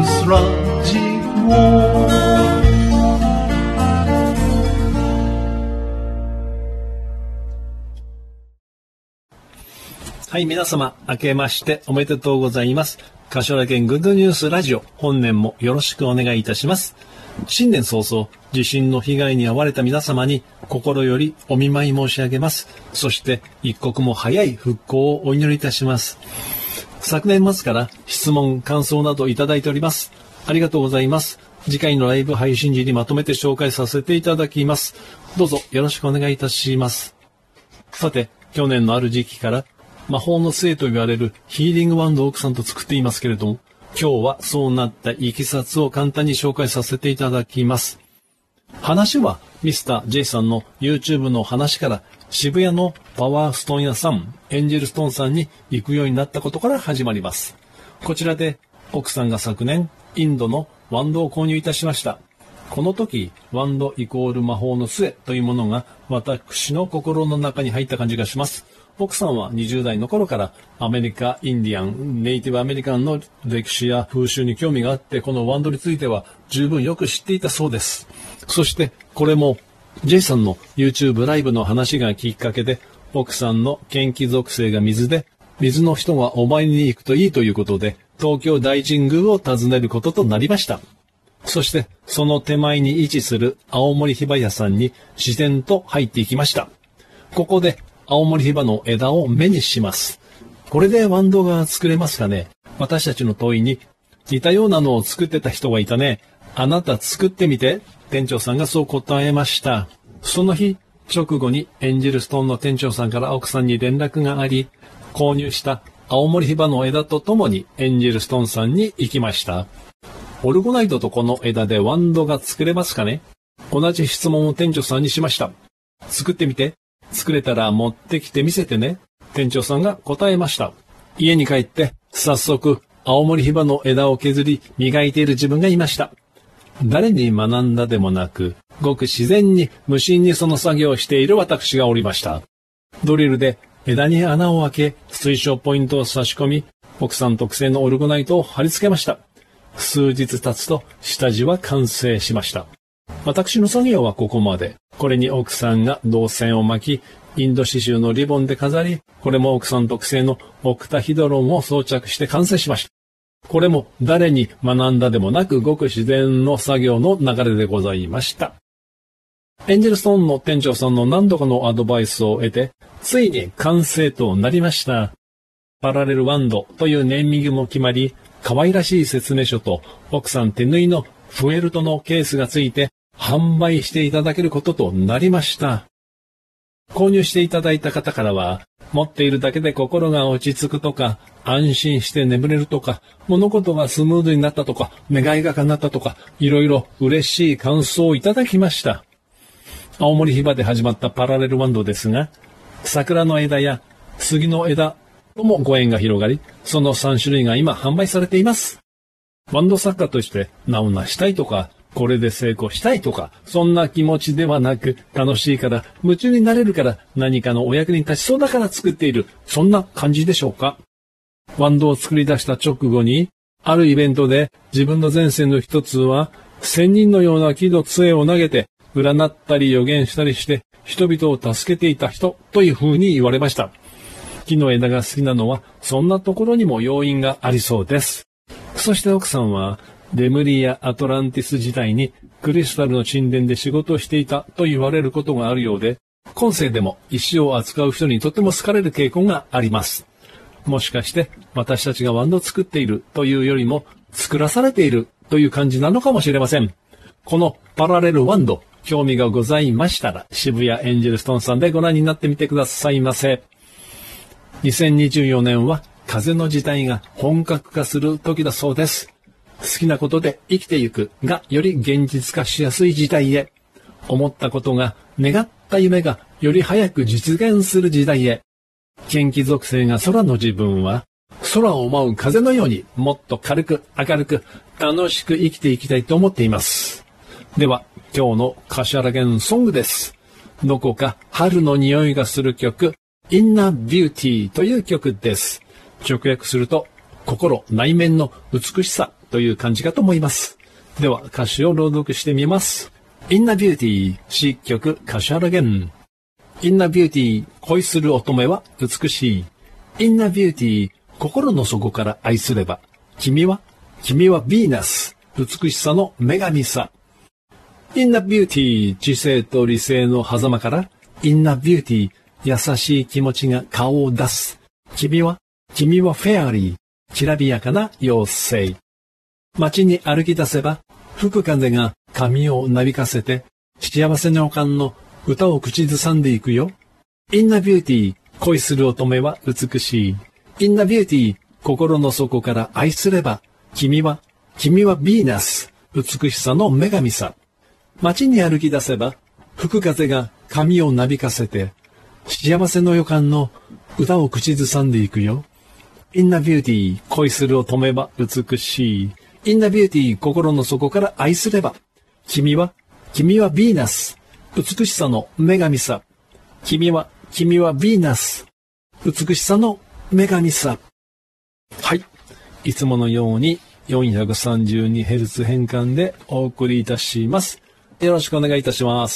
スラジオ。はい、皆様明けましておめでとうございます。柏県グッドニュースラジオ、本年もよろしくお願いいたします。新年早々、地震の被害に遭われた皆様に心よりお見舞い申し上げます。そして一刻も早い復興をお祈りいたします。昨年末から質問、感想などいただいております。ありがとうございます。次回のライブ配信時にまとめて紹介させていただきます。どうぞよろしくお願いいたします。さて、去年のある時期から魔法の杖と言われるヒーリングワンドを奥さんと作っていますけれども、今日はそうなったいきさつを簡単に紹介させていただきます。話はミスター J さんの YouTube の話から渋谷のパワーストーン屋さん、エンジェルストーンさんに行くようになったことから始まります。こちらで奥さんが昨年インドのワンドを購入いたしました。この時、ワンドイコール魔法の杖というものが私の心の中に入った感じがします。奥さんは20代の頃からアメリカ、インディアン、ネイティブアメリカンの歴史や風習に興味があって、このワンドについては十分よく知っていたそうです。そしてこれも J さんの YouTube ライブの話がきっかけで、奥さんの元気属性が水で、水の人がお参りに行くといいということで、東京大神宮を訪ねることとなりました。そしてその手前に位置する青森ヒバ屋さんに自然と入っていきました。ここで青森ヒバの枝を目にします。これでワンドが作れますかね。私たちの問いに似たようなのを作ってた人がいたね。あなた作ってみて。店長さんがそう答えました。その日直後にエンジェルストーンの店長さんから奥さんに連絡があり、購入した青森ヒバの枝とともにエンジェルストーンさんに行きました。オルゴナイトとこの枝でワンドが作れますかね。同じ質問を店長さんにしました。作ってみて。作れたら持ってきて見せてね。店長さんが答えました。家に帰って早速青森ヒバの枝を削り磨いている自分がいました。誰に学んだでもなく、ごく自然に無心にその作業をしている私がおりました。ドリルで枝に穴を開け、水晶ポイントを差し込み、奥さん特製のオルゴナイトを貼り付けました。数日経つと下地は完成しました。私の作業はここまで。これに奥さんが銅線を巻き、インド刺繍のリボンで飾り、これも奥さん特製のオクタヒドロンを装着して完成しました。これも誰に学んだでもなく、ごく自然の作業の流れでございました。エンジェルストーンの店長さんの何度かのアドバイスを得て、ついに完成となりました。パラレルワンドというネーミングも決まり、可愛らしい説明書と奥さん手縫いのフェルトのケースがついて販売していただけることとなりました。購入していただいた方からは、持っているだけで心が落ち着くとか、安心して眠れるとか、物事がスムーズになったとか、願いが叶ったとか、いろいろ嬉しい感想をいただきました。青森ヒバで始まったパラレルワンドですが、桜の枝や杉の枝ともご縁が広がり、その3種類が今販売されています。ワンド作家として名を成したいとか、これで成功したいとか、そんな気持ちではなく、楽しいから、夢中になれるから、何かのお役に立ちそうだから作っている、そんな感じでしょうか。ワンドを作り出した直後に、あるイベントで自分の前世の一つは、仙人のような木の杖を投げて、占ったり予言したりして、人々を助けていた人という風に言われました。木の枝が好きなのは、そんなところにも要因がありそうです。そして奥さんは、レムリア・アトランティス時代にクリスタルの神殿で仕事をしていたと言われることがあるようで、今世でも石を扱う人にとても好かれる傾向があります。もしかして私たちがワンドを作っているというよりも作らされているという感じなのかもしれません。このパラレルワンド、興味がございましたら渋谷エンジェルストーンさんでご覧になってみてくださいませ。2024年は風の時代が本格化する時だそうです。好きなことで生きてゆくがより現実化しやすい時代へ。思ったことが、願った夢がより早く実現する時代へ。元気属性が空の自分は、空を舞う風のようにもっと軽く明るく楽しく生きていきたいと思っています。では、今日の柏原ソングです。どこか春の匂いがする曲、インナービューティーという曲です。直訳すると、心内面の美しさという感じかと思います。では歌詞を朗読してみます。Inner Beauty 詞曲柏原源。Inner Beauty 恋する乙女は美しい。Inner Beauty 心の底から愛すれば、君はヴィーナス、美しさの女神さ。Inner Beauty 知性と理性の狭間から、Inner Beauty 優しい気持ちが顔を出す。君はフェアリー、きらびやかな妖精。街に歩き出せば、吹く風が髪をなびかせて、幸せの予感の歌を口ずさんでいくよ。Inner Beauty 恋する乙女は美しい。Inner Beauty 心の底から愛すれば、君はヴィーナス、美しさの女神さ。街に歩き出せば、吹く風が髪をなびかせて、幸せの予感の歌を口ずさんでいくよ。Inner Beauty 恋する乙女は美しい。Inner Beauty 心の底から愛すれば、君はヴィーナス、美しさの女神さ。君はヴィーナス、美しさの女神さ。はい。いつものように 432Hz 変換でお送りいたします。よろしくお願いいたします。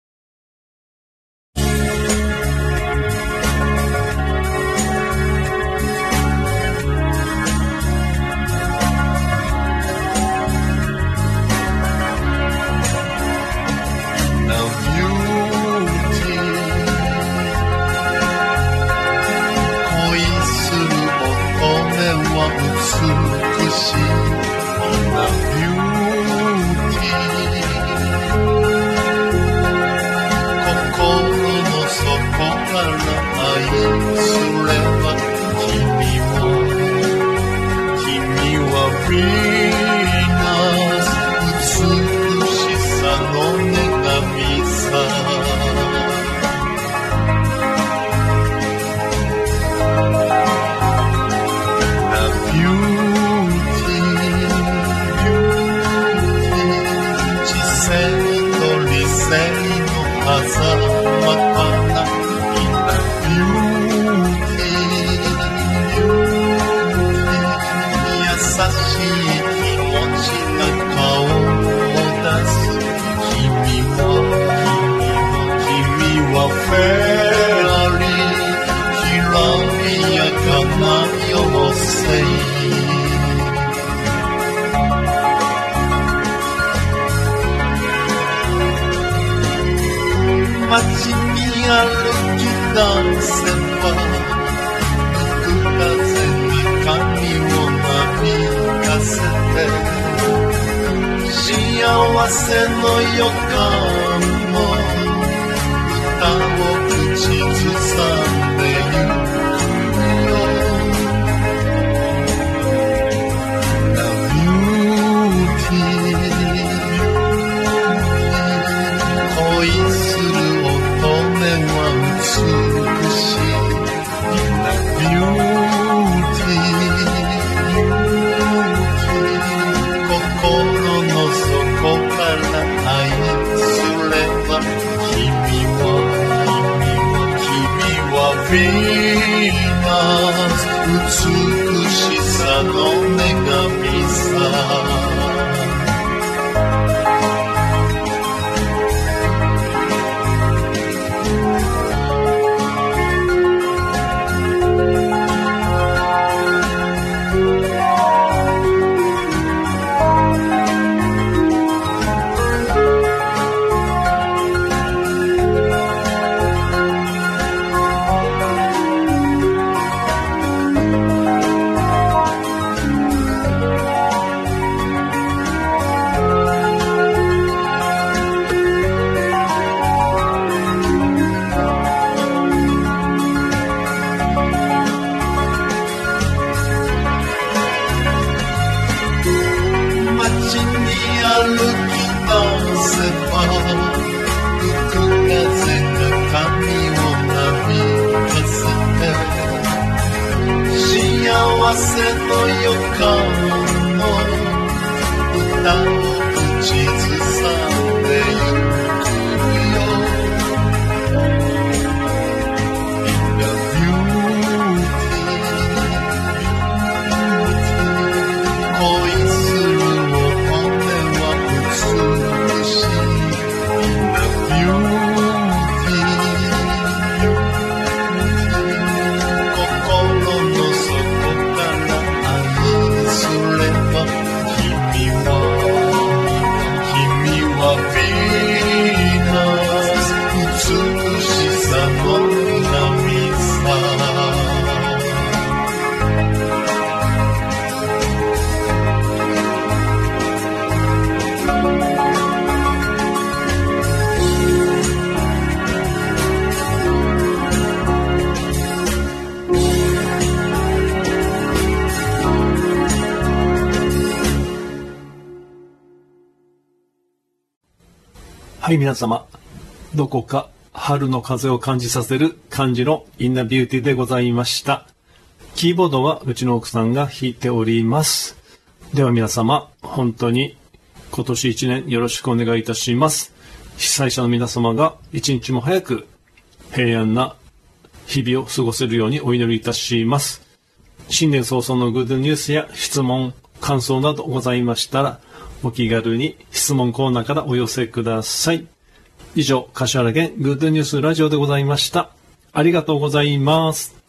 街に歩き出せば吹く風が髪をなびかせて幸せの予感の歌を口ずさんでゆくよ。The Beauty 恋する美しい The Beauty 心の底から愛すれば君はヴィーナス美しさの女神さ。幸せの予感の歌を口ずさんでゆくよ。In the beauty 恋すはい、皆様、どこか春の風を感じさせる感じのインナービューティーでございました。キーボードはうちの奥さんが弾いております。では皆様、本当に今年1年よろしくお願いいたします。被災者の皆様が一日も早く平安な日々を過ごせるようにお祈りいたします。新年早々のグッドニュースや質問、感想などございましたら、お気軽に質問コーナーからお寄せください。以上、柏原源グッドニュースラジオでございました。ありがとうございます。